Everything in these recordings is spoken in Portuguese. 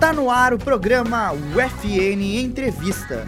Tá no ar o programa UFN Entrevista.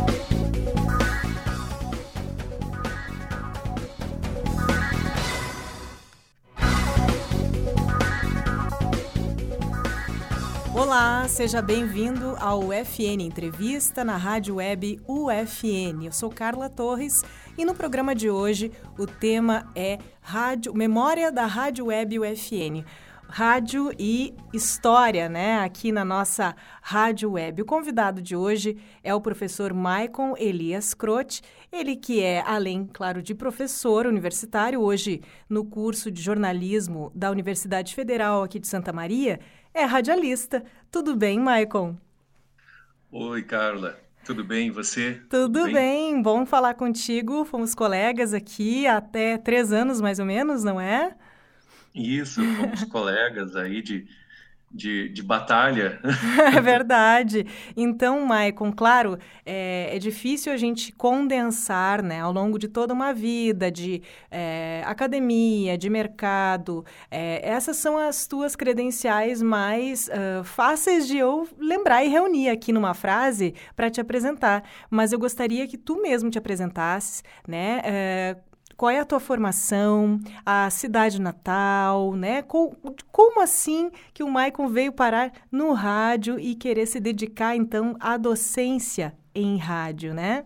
Olá, seja bem-vindo ao UFN Entrevista na Rádio Web UFN. Eu sou Carla Torres e no programa de hoje o tema é Memória da Rádio Web UFN. Rádio e história, né? Aqui na nossa Rádio Web. O convidado de hoje é o professor Maicon Elias Croce, ele que é, além, claro, de professor universitário, hoje no curso de jornalismo da Universidade Federal aqui de Santa Maria, é radialista. Tudo bem, Maicon? Oi, Carla. Tudo bem, e você? Tudo bem, bom falar contigo. Fomos colegas aqui há até 3 anos, mais ou menos, não é? Isso, fomos colegas aí de batalha. É verdade. Então, Maicon, claro, é difícil a gente condensar, né, ao longo de toda uma vida de academia, de mercado. Essas são as tuas credenciais mais fáceis de eu lembrar e reunir aqui numa frase para te apresentar. Mas eu gostaria que tu mesmo te apresentasses, né? Qual é a tua formação, a cidade natal, né? Como assim que o Maicon veio parar no rádio e querer se dedicar, então, à docência em rádio, né?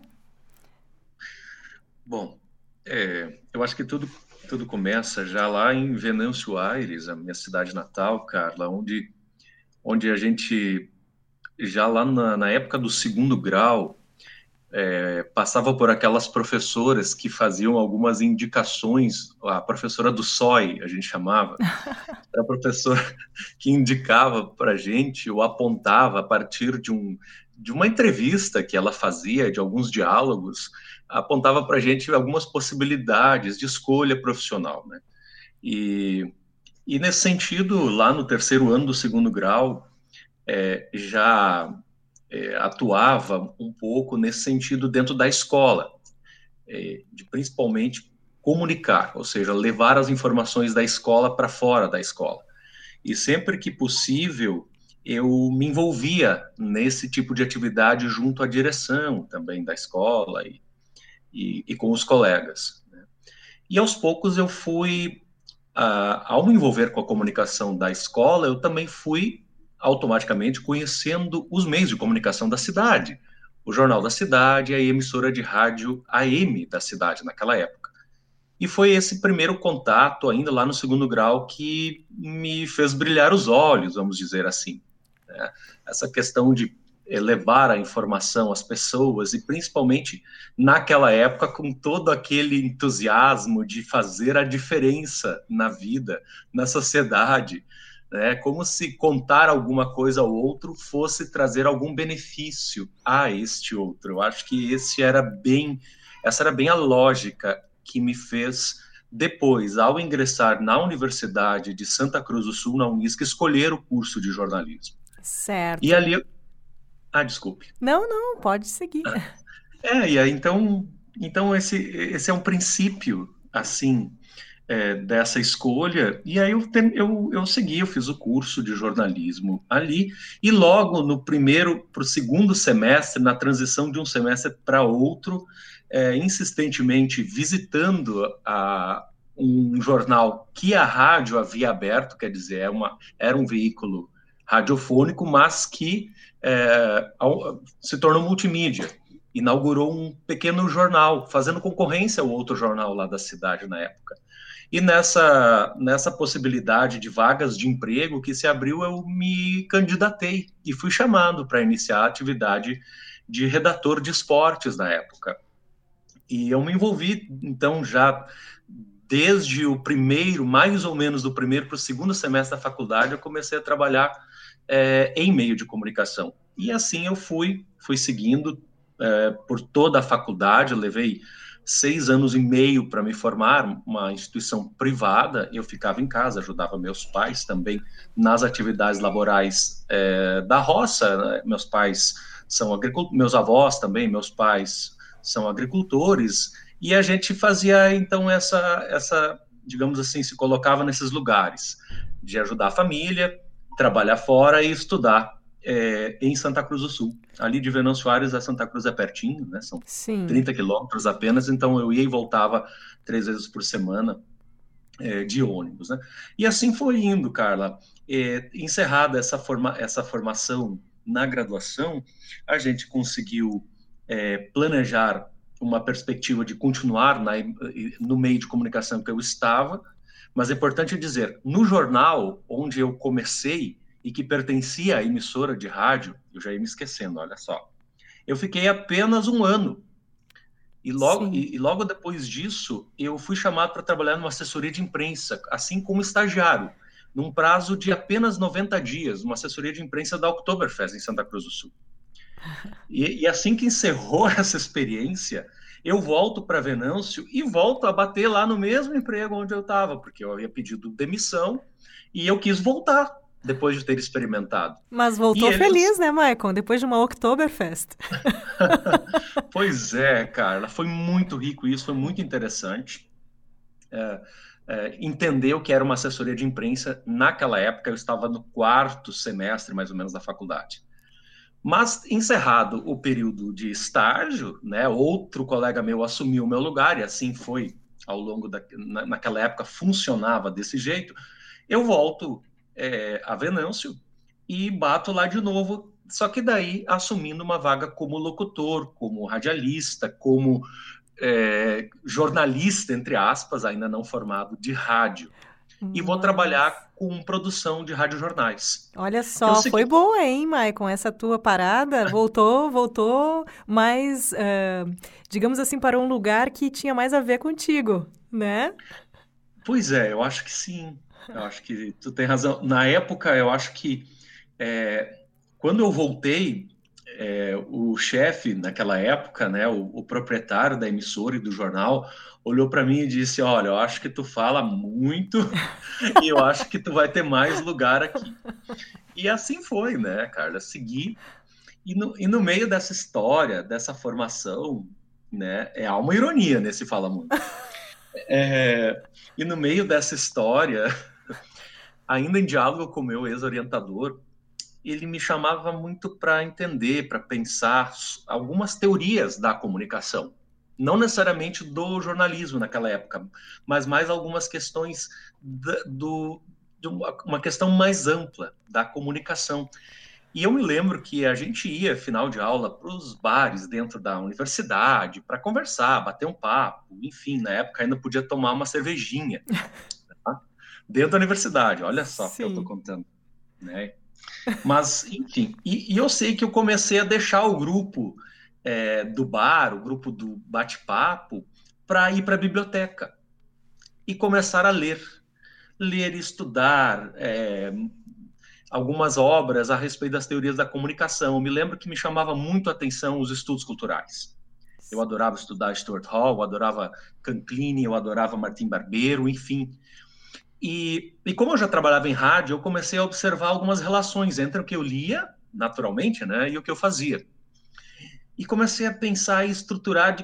Bom, eu acho que tudo começa já lá em Venâncio Aires, a minha cidade natal, Carla, onde a gente, já lá na época do segundo grau, passava por aquelas professoras que faziam algumas indicações, a professora do SOI, a gente chamava, era a professora que indicava para a gente ou apontava a partir de uma entrevista que ela fazia, de alguns diálogos, apontava para a gente algumas possibilidades de escolha profissional, né? E nesse sentido, lá no terceiro ano do segundo grau, já atuava um pouco nesse sentido dentro da escola, de principalmente comunicar, ou seja, levar as informações da escola para fora da escola. E sempre que possível, eu me envolvia nesse tipo de atividade junto à direção também da escola e com os colegas, né? E aos poucos eu fui, ao me envolver com a comunicação da escola, eu também fui automaticamente conhecendo os meios de comunicação da cidade, o Jornal da Cidade e a emissora de rádio AM da cidade naquela época. E foi esse primeiro contato, ainda lá no segundo grau, que me fez brilhar os olhos, vamos dizer assim, né? Essa questão de levar a informação às pessoas e principalmente naquela época com todo aquele entusiasmo de fazer a diferença na vida, na sociedade, né? Como se contar alguma coisa ao outro fosse trazer algum benefício a este outro. Eu acho que essa era bem a lógica que me fez depois, ao ingressar na Universidade de Santa Cruz do Sul, na Unisc, escolher o curso de jornalismo. Certo. E ali... desculpe. Não, pode seguir. E aí, então esse é um princípio, assim, dessa escolha, e aí eu segui, eu fiz o curso de jornalismo ali, e logo para o segundo semestre, na transição de um semestre para outro, insistentemente visitando um jornal que a rádio havia aberto, quer dizer, era um veículo radiofônico, mas que se tornou multimídia, inaugurou um pequeno jornal, fazendo concorrência ao outro jornal lá da cidade na época. E nessa possibilidade de vagas de emprego que se abriu, eu me candidatei e fui chamado para iniciar a atividade de redator de esportes na época. E eu me envolvi, então, já desde o primeiro, mais ou menos do primeiro para o segundo semestre da faculdade, eu comecei a trabalhar em meio de comunicação. E assim eu fui seguindo por toda a faculdade. Eu levei 6 anos e meio para me formar, uma instituição privada. Eu ficava em casa, ajudava meus pais também nas atividades laborais da roça, né? Meus pais são agricultores, meus avós também, meus pais são agricultores, e a gente fazia, então, essa, digamos assim, se colocava nesses lugares de ajudar a família, trabalhar fora e estudar em Santa Cruz do Sul. Ali de Venâncio Aires a Santa Cruz é pertinho, né? São Sim. 30 quilômetros apenas, então eu ia e voltava 3 vezes por semana de ônibus, né? E assim foi indo, Carla. Encerrada essa formação na graduação, a gente conseguiu planejar uma perspectiva de continuar no meio de comunicação que eu estava, mas é importante dizer, no jornal onde eu comecei e que pertencia à emissora de rádio, eu já ia me esquecendo, olha só, eu fiquei apenas 1 ano. E logo depois disso, eu fui chamado para trabalhar numa assessoria de imprensa, assim como estagiário, num prazo de apenas 90 dias, uma assessoria de imprensa da Oktoberfest, em Santa Cruz do Sul. E assim que encerrou essa experiência, eu volto para Venâncio e volto a bater lá no mesmo emprego onde eu estava, porque eu havia pedido demissão e eu quis voltar depois de ter experimentado. Mas voltou feliz, né, Maicon? Depois de uma Oktoberfest. Pois é, Carla, foi muito rico isso, foi muito interessante. Entender o que era uma assessoria de imprensa. Naquela época, eu estava no 4º semestre, mais ou menos, da faculdade. Mas, encerrado o período de estágio, né, outro colega meu assumiu o meu lugar, e assim foi ao longo naquela época, funcionava desse jeito. Eu volto a Venâncio e bato lá de novo, só que daí assumindo uma vaga como locutor, como radialista, como jornalista, entre aspas, ainda não formado, de rádio. E vou trabalhar com produção de radiojornais. Olha só, foi boa, hein, Maicon? Essa tua parada voltou mais, digamos assim, para um lugar que tinha mais a ver contigo, né? Pois é, eu acho que sim. Eu acho que tu tem razão. Na época, eu acho que quando eu voltei, o chefe naquela época, né, o proprietário da emissora e do jornal, olhou para mim e disse: olha, eu acho que tu fala muito e eu acho que tu vai ter mais lugar aqui. E assim foi, né, Carla? Segui. E no meio dessa história, dessa formação, né, há uma ironia nesse Fala Muito. E no meio dessa história, ainda em diálogo com o meu ex-orientador, ele me chamava muito para entender, para pensar algumas teorias da comunicação. Não necessariamente do jornalismo naquela época, mas mais algumas questões de uma questão mais ampla da comunicação. E eu me lembro que a gente ia, final de aula, para os bares dentro da universidade, para conversar, bater um papo, enfim, na época ainda podia tomar uma cervejinha, tá? Dentro da universidade, olha só o que eu estou contando, né? Mas, enfim, e eu sei que eu comecei a deixar o grupo do bar, o grupo do bate-papo, para ir para a biblioteca e começar a ler e estudar algumas obras a respeito das teorias da comunicação. Eu me lembro que me chamava muito a atenção os estudos culturais. Eu adorava estudar Stuart Hall, eu adorava Canclini, eu adorava Martim Barbeiro, enfim. E como eu já trabalhava em rádio, eu comecei a observar algumas relações entre o que eu lia, naturalmente, né, e o que eu fazia. E comecei a pensar e estruturar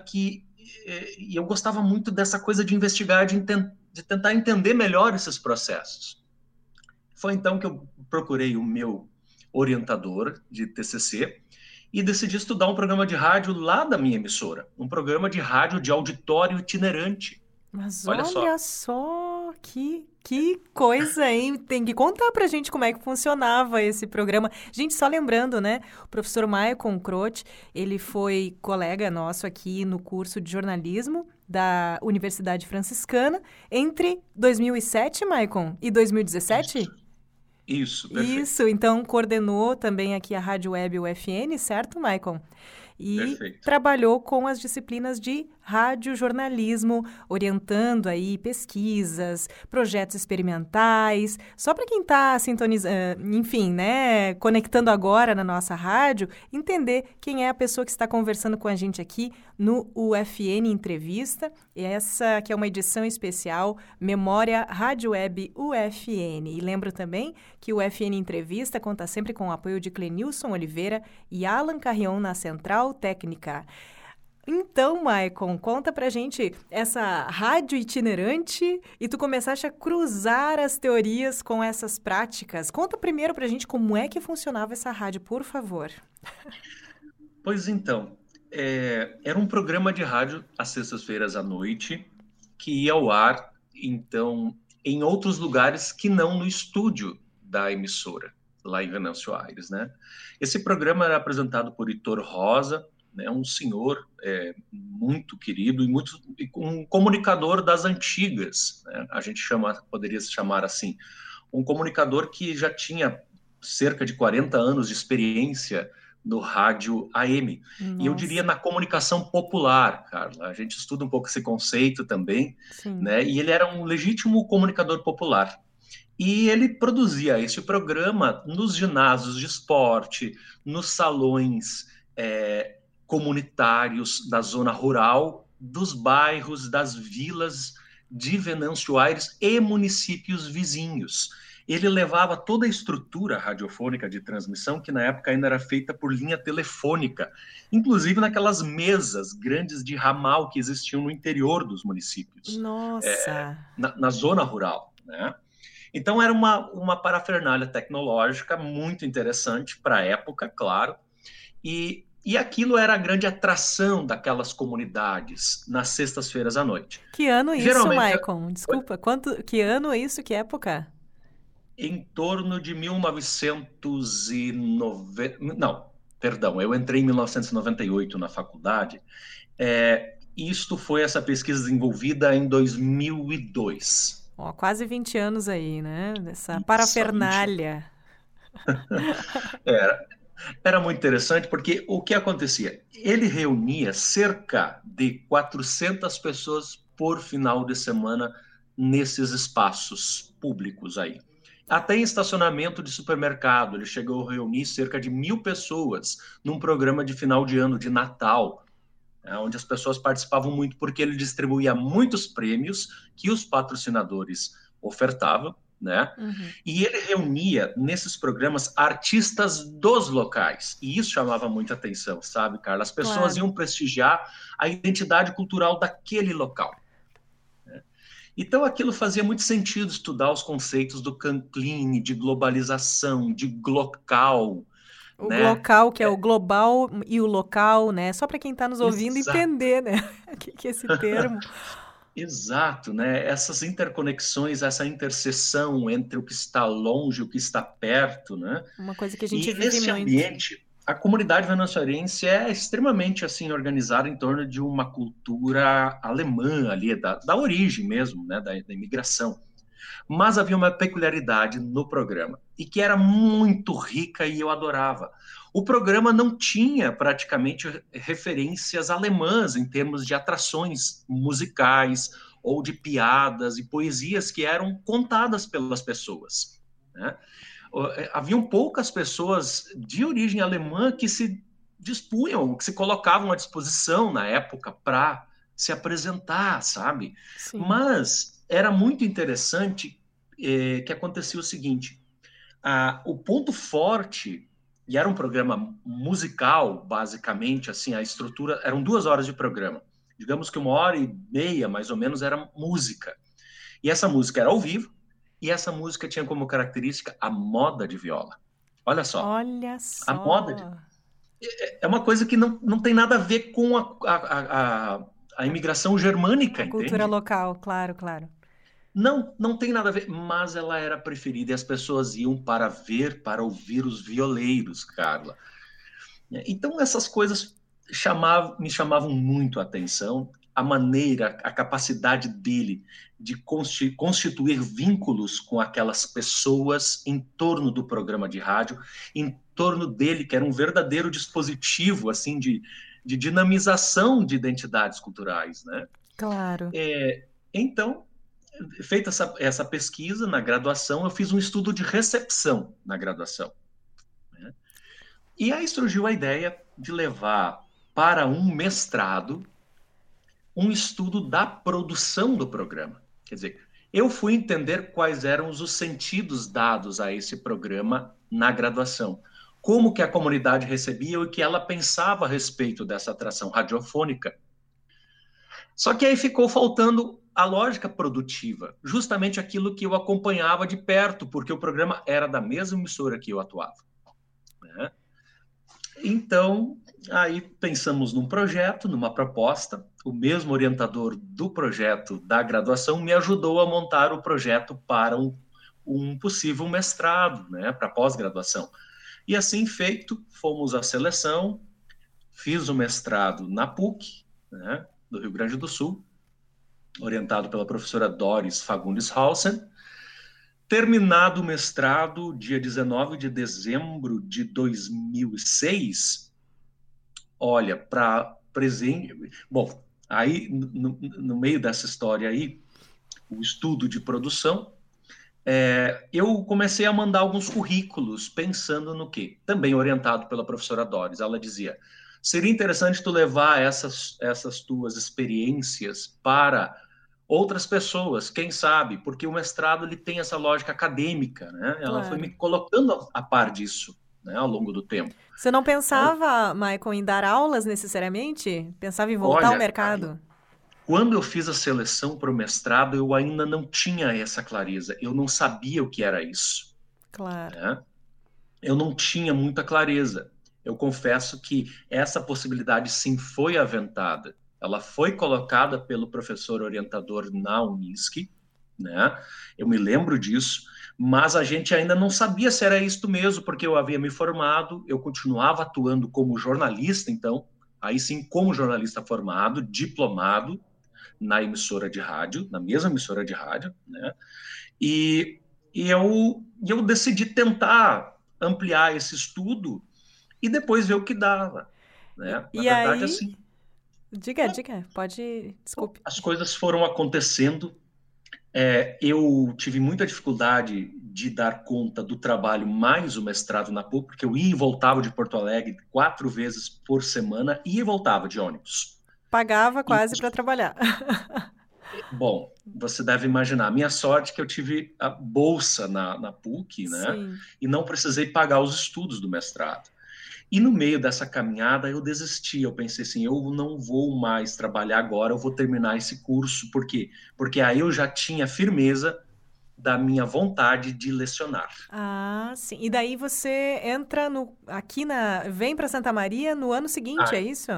e eu gostava muito dessa coisa de investigar, de tentar entender melhor esses processos. Foi então que eu procurei o meu orientador de TCC e decidi estudar um programa de rádio lá da minha emissora, um programa de rádio de auditório itinerante. Mas olha só que coisa, hein? Tem que contar pra gente como é que funcionava esse programa. Gente, só lembrando, né? O professor Maicon Croce, ele foi colega nosso aqui no curso de jornalismo da Universidade Franciscana entre 2007, Maicon, e 2017? Isso, perfeito. Isso, então coordenou também aqui a Rádio Web UFN, certo, Maicon? E Perfeito. Trabalhou com as disciplinas de radiojornalismo, orientando aí pesquisas, projetos experimentais. Só para quem está sintonizando, enfim, né, conectando agora na nossa rádio, entender quem é a pessoa que está conversando com a gente aqui no UFN Entrevista. E essa que é uma edição especial, Memória Rádio Web UFN. E lembro também que o UFN Entrevista conta sempre com o apoio de Clenilson Oliveira e Alan Carrion na Central Técnica. Então, Maicon, conta pra gente essa rádio itinerante e tu começaste a cruzar as teorias com essas práticas. Conta primeiro pra gente como é que funcionava essa rádio, por favor. Pois então, era um programa de rádio às sextas-feiras à noite que ia ao ar, então, em outros lugares que não no estúdio da emissora, lá em Venâncio Aires, né? Esse programa era apresentado por Heitor Rosa, né, um senhor muito querido e um comunicador das antigas, né? A gente poderia se chamar assim, um comunicador que já tinha cerca de 40 anos de experiência no rádio AM. Nossa. E eu diria na comunicação popular, Carla. A gente estuda um pouco esse conceito também, né? E ele era um legítimo comunicador popular. E ele produzia esse programa nos ginásios de esporte, nos salões comunitários da zona rural, dos bairros, das vilas de Venâncio Aires e municípios vizinhos. Ele levava toda a estrutura radiofônica de transmissão, que na época ainda era feita por linha telefônica, inclusive naquelas mesas grandes de ramal que existiam no interior dos municípios. Nossa! Na zona rural, né? Então era uma parafernália tecnológica muito interessante para a época, claro, e aquilo era a grande atração daquelas comunidades nas sextas-feiras à noite. Que ano isso, Maicon? Desculpa, que ano é isso? Que época? Em torno de 1990... Não, perdão, eu entrei em 1998 na faculdade. Essa pesquisa desenvolvida em 2002. Quase 20 anos aí, né? Dessa parafernália. Era muito interessante porque o que acontecia? Ele reunia cerca de 400 pessoas por final de semana nesses espaços públicos aí. Até em estacionamento de supermercado, ele chegou a reunir cerca de 1.000 pessoas num programa de final de ano, de Natal, onde as pessoas participavam muito porque ele distribuía muitos prêmios que os patrocinadores ofertavam, né? Uhum. E ele reunia nesses programas artistas dos locais, e isso chamava muita atenção, sabe, Carla? As pessoas iam prestigiar a identidade cultural daquele local, né? Então aquilo fazia muito sentido estudar os conceitos do Canclini, de globalização, de glocal. O local, que é o global e o local, né? Só para quem está nos ouvindo entender, né? O que é esse termo? Exato, né? Essas interconexões, essa interseção entre o que está longe e o que está perto, né? Uma coisa que a gente vive nesse muito. Ambiente, a comunidade venezuelense é extremamente assim organizada em torno de uma cultura alemã ali, da origem mesmo, né? Da imigração. Mas havia uma peculiaridade no programa, e que era muito rica e eu adorava. O programa não tinha praticamente referências alemãs em termos de atrações musicais ou de piadas e poesias que eram contadas pelas pessoas, né? Haviam poucas pessoas de origem alemã que se dispunham, que se colocavam à disposição na época para se apresentar, sabe? Sim. Mas era muito interessante que acontecia o seguinte, o ponto forte, e era um programa musical, basicamente, assim, a estrutura, eram 2 horas de programa. Digamos que 1h30, mais ou menos, era música. E essa música era ao vivo, e essa música tinha como característica a moda de viola. Olha só. Olha só. A moda é uma coisa que não tem nada a ver com a imigração germânica, entende? Cultura local, claro, claro. Não tem nada a ver, mas ela era preferida e as pessoas iam para ouvir os violeiros, Carla. Então essas coisas me chamavam muito a atenção, a maneira, a capacidade dele de constituir vínculos com aquelas pessoas em torno do programa de rádio, em torno dele, que era um verdadeiro dispositivo assim de dinamização de identidades culturais, né? Claro. Então, feita essa pesquisa na graduação, eu fiz um estudo de recepção na graduação, né? E aí surgiu a ideia de levar para um mestrado um estudo da produção do programa. Quer dizer, eu fui entender quais eram os sentidos dados a esse programa na graduação. como que a comunidade recebia e o que ela pensava a respeito dessa atração radiofônica. Só que aí ficou faltando a lógica produtiva, justamente aquilo que eu acompanhava de perto, porque o programa era da mesma emissora que eu atuava, né? Então, aí pensamos num projeto, numa proposta. O mesmo orientador do projeto da graduação me ajudou a montar o projeto para um possível mestrado, né, para pós-graduação. E assim feito, fomos à seleção, fiz o mestrado na PUC, né, do Rio Grande do Sul, orientado pela professora Doris Fagundes Hausen. Terminado o mestrado, dia 19 de dezembro de 2006, olha, para presente... Bom, aí, no meio dessa história aí, o estudo de produção, eu comecei a mandar alguns currículos, pensando no quê? Também orientado pela professora Doris. Ela dizia, seria interessante tu levar essas tuas experiências para outras pessoas, quem sabe, porque o mestrado ele tem essa lógica acadêmica, né? Ela foi me colocando a par disso, né, ao longo do tempo. Você não pensava, Michael, em dar aulas necessariamente? Pensava em voltar ao mercado? Quando eu fiz a seleção para o mestrado, eu ainda não tinha essa clareza, eu não sabia o que era isso. Claro. Né? Eu não tinha muita clareza. Eu confesso que essa possibilidade sim foi aventada. Ela foi colocada pelo professor orientador na Unisc, né? Eu me lembro disso, mas a gente ainda não sabia se era isto mesmo, porque eu havia me formado, eu continuava atuando como jornalista, então, aí sim como jornalista formado, diplomado na emissora de rádio, na mesma emissora de rádio, né? E eu decidi tentar ampliar esse estudo e depois ver o que dava, né? E Na verdade, aí... assim... Diga, pode... Desculpe. As coisas foram acontecendo. Eu tive muita dificuldade de dar conta do trabalho mais o mestrado na PUC, porque eu ia e voltava de Porto Alegre 4 vezes por semana, ia e voltava de ônibus. Pagava quase para trabalhar. Bom, você deve imaginar, a minha sorte é que eu tive a bolsa na PUC, né? Sim. E não precisei pagar os estudos do mestrado. E no meio dessa caminhada eu desisti, eu pensei assim, eu não vou mais trabalhar agora, eu vou terminar esse curso. Por quê? Porque aí eu já tinha firmeza da minha vontade de lecionar. Ah, sim. E daí você entra vem para Santa Maria no ano seguinte, é isso?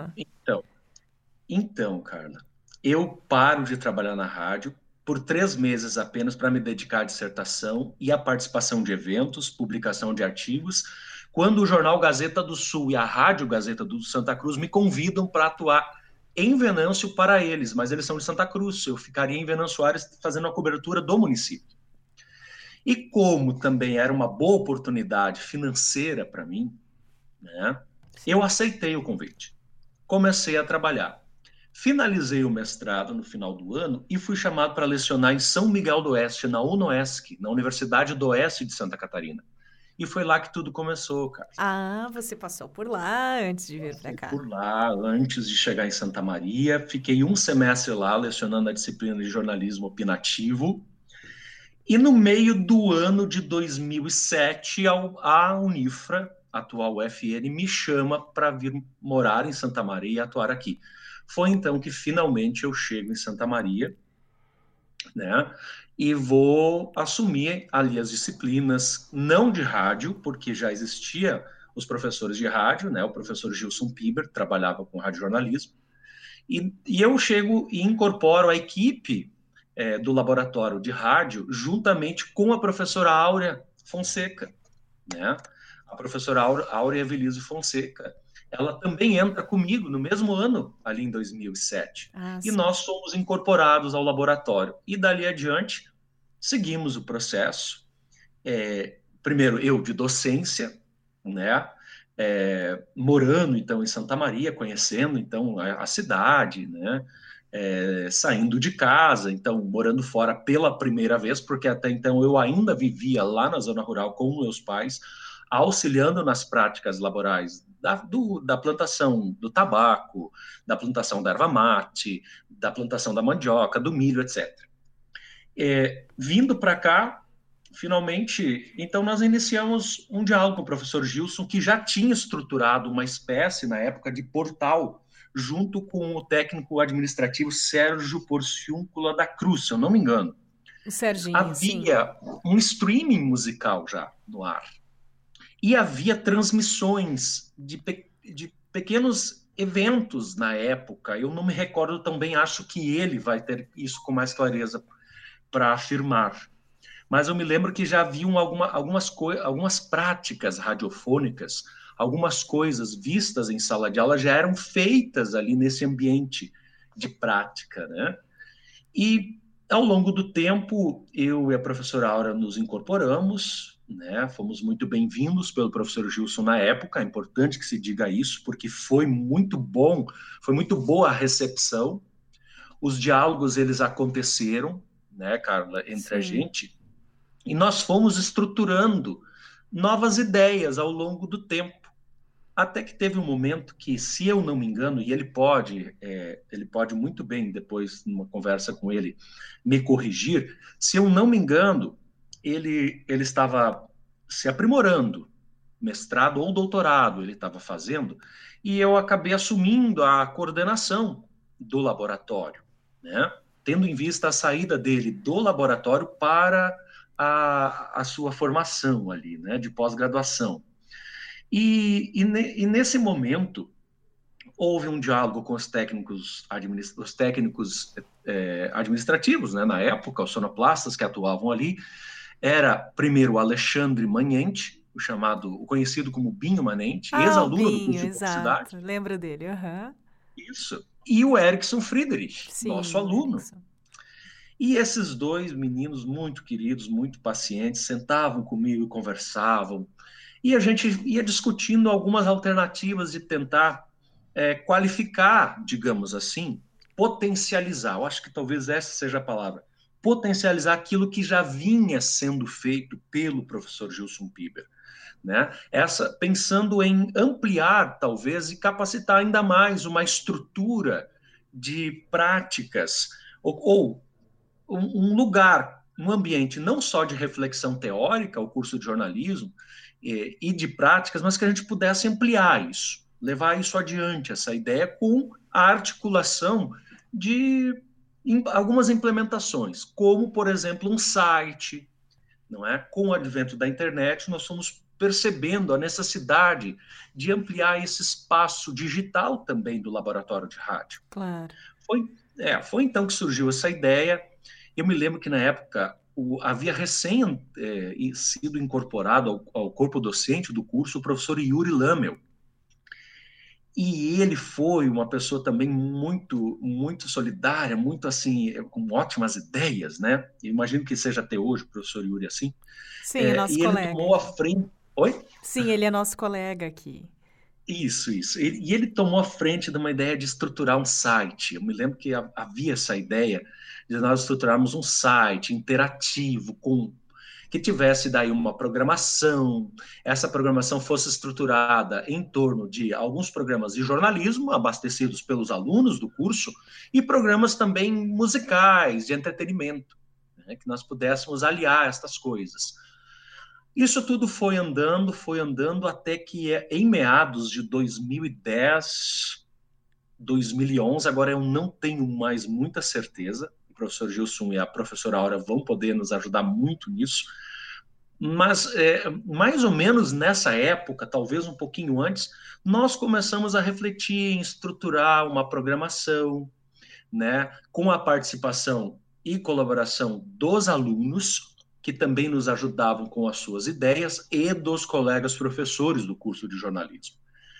Então, Carla, eu paro de trabalhar na rádio por 3 meses apenas para me dedicar à dissertação e à participação de eventos, publicação de artigos, quando o jornal Gazeta do Sul e a Rádio Gazeta do Santa Cruz me convidam para atuar em Venâncio para eles, mas eles são de Santa Cruz, eu ficaria em Venâncio Aires fazendo a cobertura do município. E como também era uma boa oportunidade financeira para mim, né, eu aceitei o convite. Comecei a trabalhar. Finalizei o mestrado no final do ano e fui chamado para lecionar em São Miguel do Oeste, na UNOESC, na Universidade do Oeste de Santa Catarina. E foi lá que tudo começou, cara. Ah, você passou por lá antes de vir para cá. Por lá, antes de chegar em Santa Maria. Fiquei 1 semestre lá, lecionando a disciplina de jornalismo opinativo. E no meio do ano de 2007, a Unifra, atual UFN, me chama para vir morar em Santa Maria e atuar aqui. Foi então que finalmente eu chego em Santa Maria, né? E vou assumir ali as disciplinas, não de rádio, porque já existia os professores de rádio, né? O professor Gilson Piber trabalhava com radiojornalismo, e eu chego e incorporo a equipe do laboratório de rádio juntamente com a professora Áurea Fonseca, né? A professora Áurea Velizio Fonseca, ela também entra comigo no mesmo ano, ali em 2007. E nós somos incorporados ao laboratório. E dali adiante, seguimos o processo. Primeiro, eu de docência, né? Morando, então, em Santa Maria, conhecendo, então, a cidade, né? Saindo de casa, então, morando fora pela primeira vez, porque até então eu ainda vivia lá na zona rural com meus pais, auxiliando nas práticas laborais da plantação do tabaco, da plantação da erva mate, da plantação da mandioca, do milho, etc. Vindo para cá, finalmente, então nós iniciamos um diálogo com o professor Gilson, que já tinha estruturado uma espécie, na época, de portal, junto com o técnico administrativo Sérgio Porciúncula da Cruz, se eu não me engano. O Serginho, havia um streaming musical já no ar. E havia transmissões de pequenos eventos na época. Eu não me recordo tão bem, acho que ele vai ter isso com mais clareza para afirmar. Mas eu me lembro que já haviam algumas práticas radiofônicas, algumas coisas vistas em sala de aula já eram feitas ali nesse ambiente de prática, né? E, ao longo do tempo, eu e a professora Aura nos incorporamos, né? Fomos muito bem-vindos pelo professor Gilson na época, é importante que se diga isso, porque foi muito bom, foi muito boa a recepção. Os diálogos, eles aconteceram, né, Carla, entre a gente, e nós fomos estruturando novas ideias ao longo do tempo. Até que teve um momento que, se eu não me engano, e ele pode muito bem, depois, numa conversa com ele, me corrigir, se eu não me engano, ele estava se aprimorando, mestrado ou doutorado ele estava fazendo, e eu acabei assumindo a coordenação do laboratório, né? Tendo em vista a saída dele do laboratório para a sua formação ali, né, de pós-graduação. E nesse momento, houve um diálogo com os técnicos administrativos, né, na época, os sonoplastas que atuavam ali. Era, primeiro, o Alexandre Manente, o conhecido como Binho Manente, ex-aluno do curso de publicidade. Lembro dele, Isso. E o Erickson Friedrich, nosso aluno. Erickson. E esses dois meninos muito queridos, muito pacientes, sentavam comigo e conversavam. E a gente ia discutindo algumas alternativas de tentar qualificar, digamos assim, potencializar. Eu acho que talvez essa seja a palavra. Potencializar aquilo que já vinha sendo feito pelo professor Gilson Piber, né? Pensando em ampliar, talvez, e capacitar ainda mais uma estrutura de práticas, ou um lugar, um ambiente não só de reflexão teórica, o curso de jornalismo, e de práticas, mas que a gente pudesse ampliar isso, levar isso adiante, essa ideia, com a articulação de algumas implementações, como, por exemplo, um site, não é? Com o advento da internet, nós fomos percebendo a necessidade de ampliar esse espaço digital também do laboratório de rádio. Claro. Foi então que surgiu essa ideia. Eu me lembro que, na época, havia recém sido incorporado ao corpo docente do curso o professor Yuri Lamel. E ele foi uma pessoa também muito, muito solidária, muito assim, com ótimas ideias, né? Eu imagino que seja até hoje o professor Yuri assim. Sim, é nosso colega. Ele tomou a frente... Oi? Sim, ele é nosso colega aqui. Isso. E ele tomou a frente de uma ideia de estruturar um site. Eu me lembro que havia essa ideia de nós estruturarmos um site interativo, que tivesse daí uma programação, essa programação fosse estruturada em torno de alguns programas de jornalismo, abastecidos pelos alunos do curso, e programas também musicais, de entretenimento, né, que nós pudéssemos aliar estas coisas. Isso tudo foi andando até que em meados de 2010, 2011, agora eu não tenho mais muita certeza, o professor Gilson e a professora Aura vão poder nos ajudar muito nisso, mas mais ou menos nessa época, talvez um pouquinho antes, nós começamos a refletir em estruturar uma programação, né, com a participação e colaboração dos alunos, que também nos ajudavam com as suas ideias, e dos colegas professores do curso de jornalismo.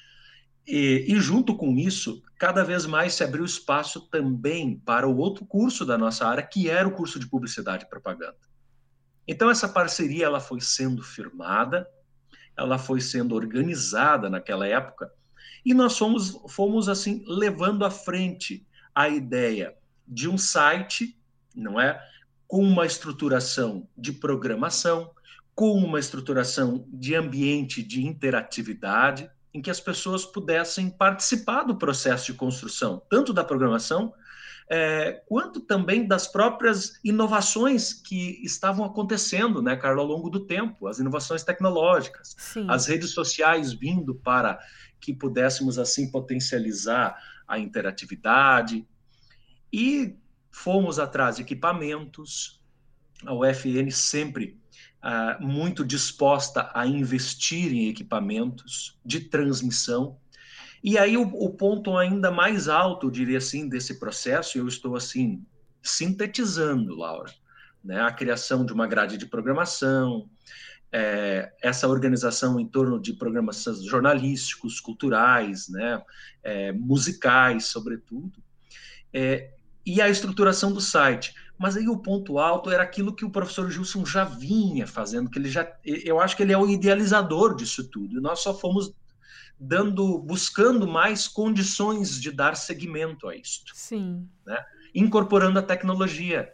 E junto com isso, cada vez mais se abriu espaço também para o outro curso da nossa área, que era o curso de Publicidade e Propaganda. Então, essa parceria ela foi sendo firmada, ela foi sendo organizada naquela época, e nós fomos assim, levando à frente a ideia de um site, não é? Com uma estruturação de programação, com uma estruturação de ambiente de interatividade, em que as pessoas pudessem participar do processo de construção, tanto da programação, quanto também das próprias inovações que estavam acontecendo, né, Carla, ao longo do tempo, as inovações tecnológicas, Sim. as redes sociais vindo para que pudéssemos, assim, potencializar a interatividade. E fomos atrás de equipamentos, a UFN sempre muito disposta a investir em equipamentos de transmissão. E aí o ponto ainda mais alto, eu diria assim, desse processo, eu estou assim sintetizando, Laura, né? A criação de uma grade de programação, essa organização em torno de programas jornalísticos, culturais, né? Musicais, sobretudo, e a estruturação do site. Mas aí o ponto alto era aquilo que o professor Gilson já vinha fazendo, que eu acho que ele é o idealizador disso tudo, e nós só fomos buscando mais condições de dar seguimento a isto. Sim. Né? Incorporando a tecnologia,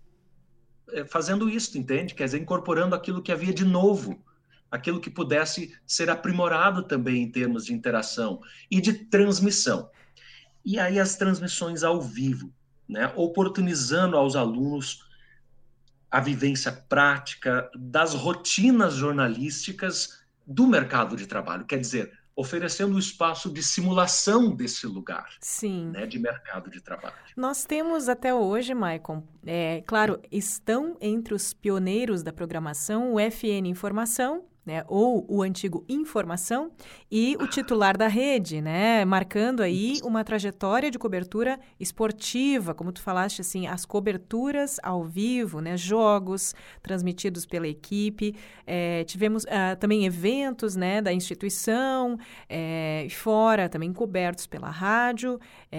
fazendo isso, entende? Quer dizer, incorporando aquilo que havia de novo, aquilo que pudesse ser aprimorado também em termos de interação e de transmissão. E aí as transmissões ao vivo, né? Oportunizando aos alunos a vivência prática das rotinas jornalísticas do mercado de trabalho. Quer dizer, oferecendo o espaço de simulação desse lugar, sim, né, de mercado de trabalho. Nós temos até hoje, Maicon, claro, estão entre os pioneiros da programação o FN Informação, né, ou o antigo Informação, e o titular da rede, né, marcando aí uma trajetória de cobertura esportiva, como tu falaste, assim, as coberturas ao vivo, né, jogos transmitidos pela equipe, tivemos também eventos, né, da instituição, fora também cobertos pela rádio,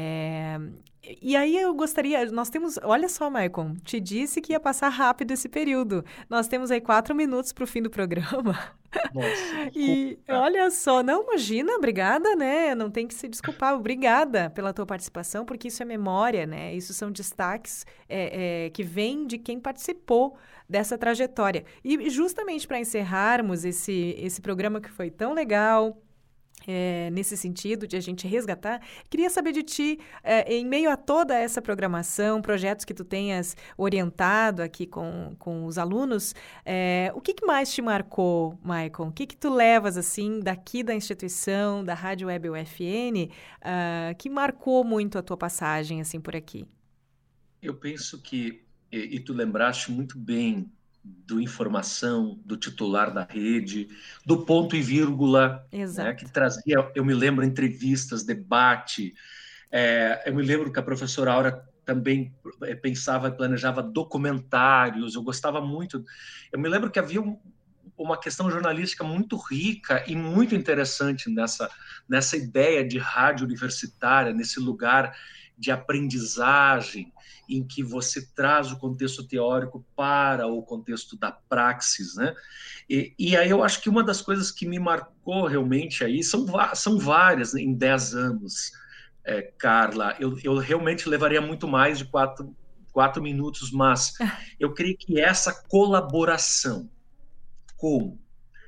e aí eu gostaria, nós temos, olha só, Maicon, te disse que ia passar rápido esse período. Nós temos aí 4 minutos para o fim do programa. Nossa, e olha só, não, imagina, obrigada, né? Não tem que se desculpar, obrigada pela tua participação, porque isso é memória, né? Isso são destaques que vêm de quem participou dessa trajetória. E justamente para encerrarmos esse programa que foi tão legal, nesse sentido de a gente resgatar, queria saber de ti, em meio a toda essa programação, projetos que tu tenhas orientado aqui com os alunos, o que mais te marcou, Maicon? O que tu levas, assim, daqui da instituição, da Rádio Web UFN, que marcou muito a tua passagem, assim, por aqui? Eu penso que, e tu lembraste muito bem do informação, do titular da rede, do ponto e vírgula, né, que trazia, eu me lembro, entrevistas, debate. Eu me lembro que a professora Aura também pensava e planejava documentários, eu gostava muito. Eu me lembro que havia uma questão jornalística muito rica e muito interessante nessa ideia de rádio universitária, nesse lugar de aprendizagem, em que você traz o contexto teórico para o contexto da praxis, né? E aí eu acho que uma das coisas que me marcou realmente aí são várias, né, em 10 anos, Carla. Eu realmente levaria muito mais de 4 minutos, mas eu creio que essa colaboração com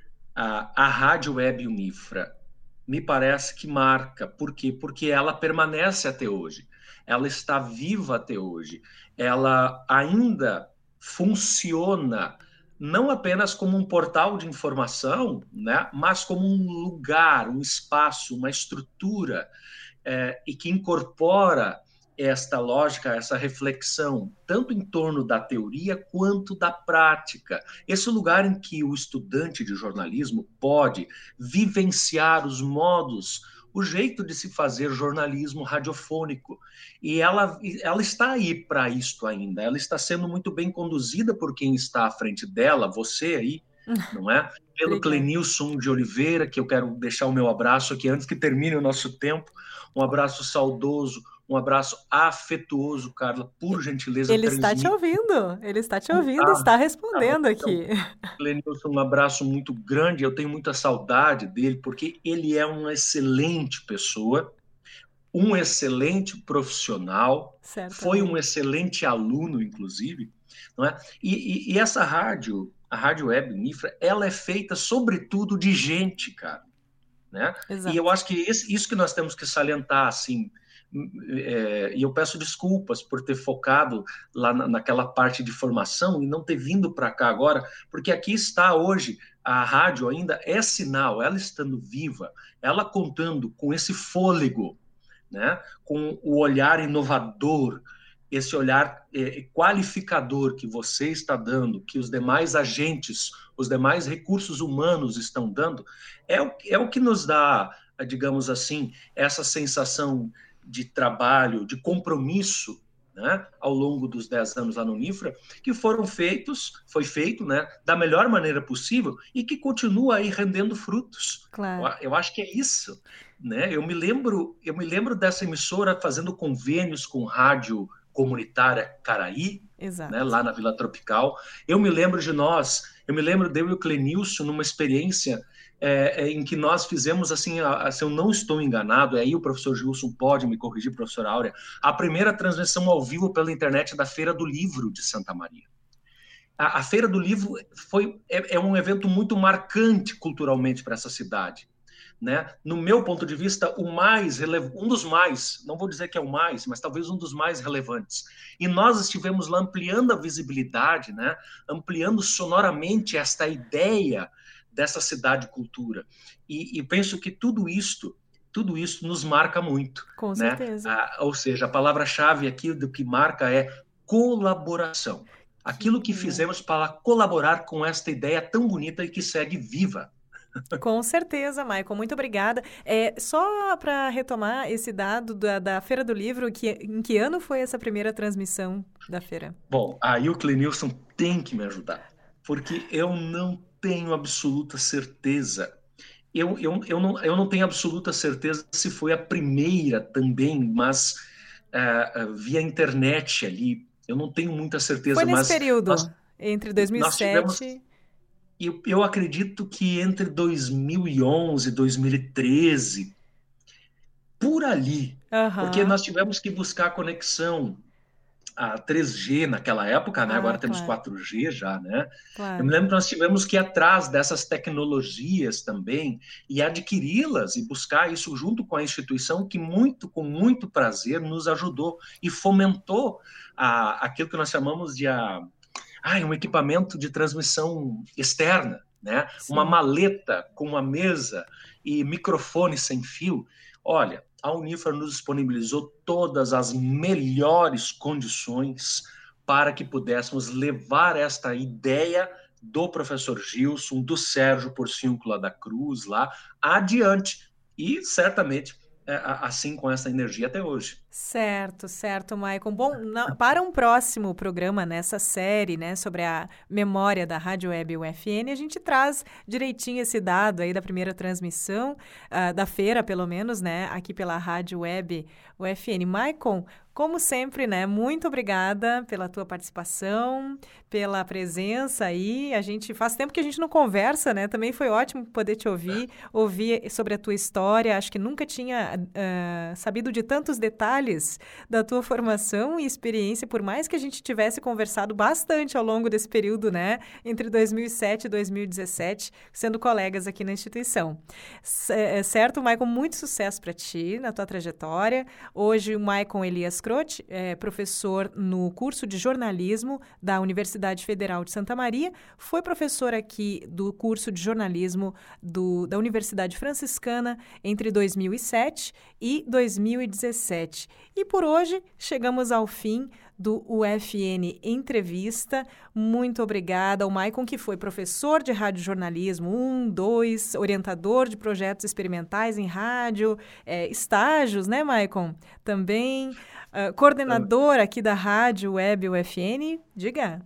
a Rádio Web Unifra me parece que marca. Por quê? Porque ela permanece até hoje. Ela está viva até hoje. Ela ainda funciona não apenas como um portal de informação, né, mas como um lugar, um espaço, uma estrutura, e que incorpora esta lógica, essa reflexão, tanto em torno da teoria quanto da prática. Esse lugar em que o estudante de jornalismo pode vivenciar os modos, o jeito de se fazer jornalismo radiofônico. E ela está aí para isto ainda. Ela está sendo muito bem conduzida por quem está à frente dela, você aí, não é? Pelo Clenilson de Oliveira, que eu quero deixar o meu abraço aqui antes que termine o nosso tempo. Um abraço saudoso, um abraço afetuoso, Carla, por gentileza. Ele está te ouvindo, está respondendo aqui. Clenilson, um abraço muito grande, eu tenho muita saudade dele, porque ele é uma excelente pessoa, um excelente profissional, foi um excelente aluno, inclusive, não é? E essa rádio, a Rádio Web Unifra, ela é feita, sobretudo, de gente, cara. Né? E eu acho que isso que nós temos que salientar, assim, E eu peço desculpas por ter focado lá naquela parte de formação e não ter vindo para cá agora, porque aqui está hoje, a rádio ainda é sinal, ela estando viva, ela contando com esse fôlego, né, com o olhar inovador, esse olhar qualificador que você está dando, que os demais agentes, os demais recursos humanos estão dando, é o que nos dá, digamos assim, essa sensação de trabalho, de compromisso, né, ao longo dos 10 anos lá no Unifra, que foi feito, né, da melhor maneira possível e que continua aí rendendo frutos. Claro. Eu acho que é isso, né? Eu me lembro dessa emissora fazendo convênios com rádio comunitária Caraí, né, lá na Vila Tropical. Eu me lembro de eu e o Clenilson numa experiência em que nós fizemos, assim, se eu não estou enganado, aí o professor Gilson pode me corrigir, professor Áurea, a primeira transmissão ao vivo pela internet da Feira do Livro de Santa Maria. A Feira do Livro é um evento muito marcante culturalmente para essa cidade, né? No meu ponto de vista, um dos mais, não vou dizer que é o mais, mas talvez um dos mais relevantes. E nós estivemos lá ampliando a visibilidade, né? Ampliando sonoramente esta ideia dessa cidade cultura. E penso que tudo isso nos marca muito. Com né? certeza. Ou seja, a palavra-chave aqui do que marca é colaboração. Aquilo que fizemos para colaborar com esta ideia tão bonita e que segue viva. Com certeza, Maicon. Muito obrigada. Só para retomar esse dado da Feira do Livro, em que ano foi essa primeira transmissão da feira? Bom, aí o Clenilson tem que me ajudar, porque eu não tenho absoluta certeza. Eu não tenho absoluta certeza se foi a primeira também, mas via internet ali. Eu não tenho muita certeza. Foi nesse período, entre 2007... Eu acredito que entre 2011 e 2013, por ali, porque nós tivemos que buscar a conexão a 3G naquela época, né? Agora temos 4G já, né? Claro. Eu me lembro que nós tivemos que ir atrás dessas tecnologias também e adquiri-las e buscar isso junto com a instituição que com muito prazer nos ajudou e fomentou aquilo que nós chamamos de um equipamento de transmissão externa, né? Sim. Uma maleta com uma mesa e microfone sem fio. Olha, a Unifra nos disponibilizou todas as melhores condições para que pudéssemos levar esta ideia do professor Gilson, do Sérgio Porciúncula da Cruz lá, adiante. E, certamente, assim com essa energia até hoje. Certo, Maicon. Bom, para um próximo programa nessa série, né, sobre a memória da Rádio Web UFN, a gente traz direitinho esse dado aí da primeira transmissão, da feira, pelo menos, né, aqui pela Rádio Web UFN. Maicon, como sempre, né, muito obrigada pela tua participação, pela presença aí. Faz tempo que a gente não conversa, né? Também foi ótimo poder te ouvir sobre a tua história. Acho que nunca tinha sabido de tantos detalhes da tua formação e experiência, por mais que a gente tivesse conversado bastante ao longo desse período, né? Entre 2007 e 2017, sendo colegas aqui na instituição. Certo, Maicon? Muito sucesso para ti na tua trajetória. Hoje o Maicon Elias Croce é professor no curso de jornalismo da Universidade Federal de Santa Maria, foi professor aqui do curso de jornalismo da Universidade Franciscana entre 2007 e 2017. E por hoje chegamos ao fim do UFN Entrevista. Muito obrigada ao Maicon, que foi professor de radiojornalismo 1, 2, orientador de projetos experimentais em rádio, estágios, né, Maicon? Também coordenador aqui da Rádio Web UFN. Diga.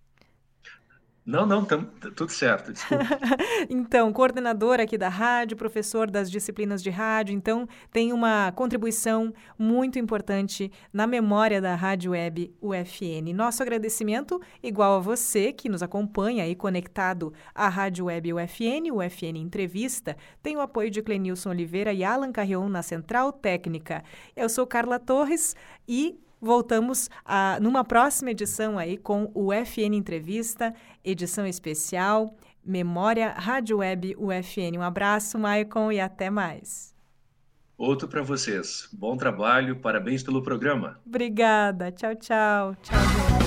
Não, tudo certo, desculpa. Então, coordenador aqui da rádio, professor das disciplinas de rádio, então tem uma contribuição muito importante na memória da Rádio Web UFN. Nosso agradecimento igual a você que nos acompanha aí conectado à Rádio Web UFN, UFN Entrevista, tem o apoio de Clenilson Oliveira e Alan Carrion na Central Técnica. Eu sou Carla Torres e voltamos numa próxima edição aí com o UFN Entrevista, edição especial, Memória Rádio Web UFN. Um abraço, Maicon, e até mais. Outro para vocês. Bom trabalho, parabéns pelo programa. Obrigada. Tchau, tchau. Tchau, gente.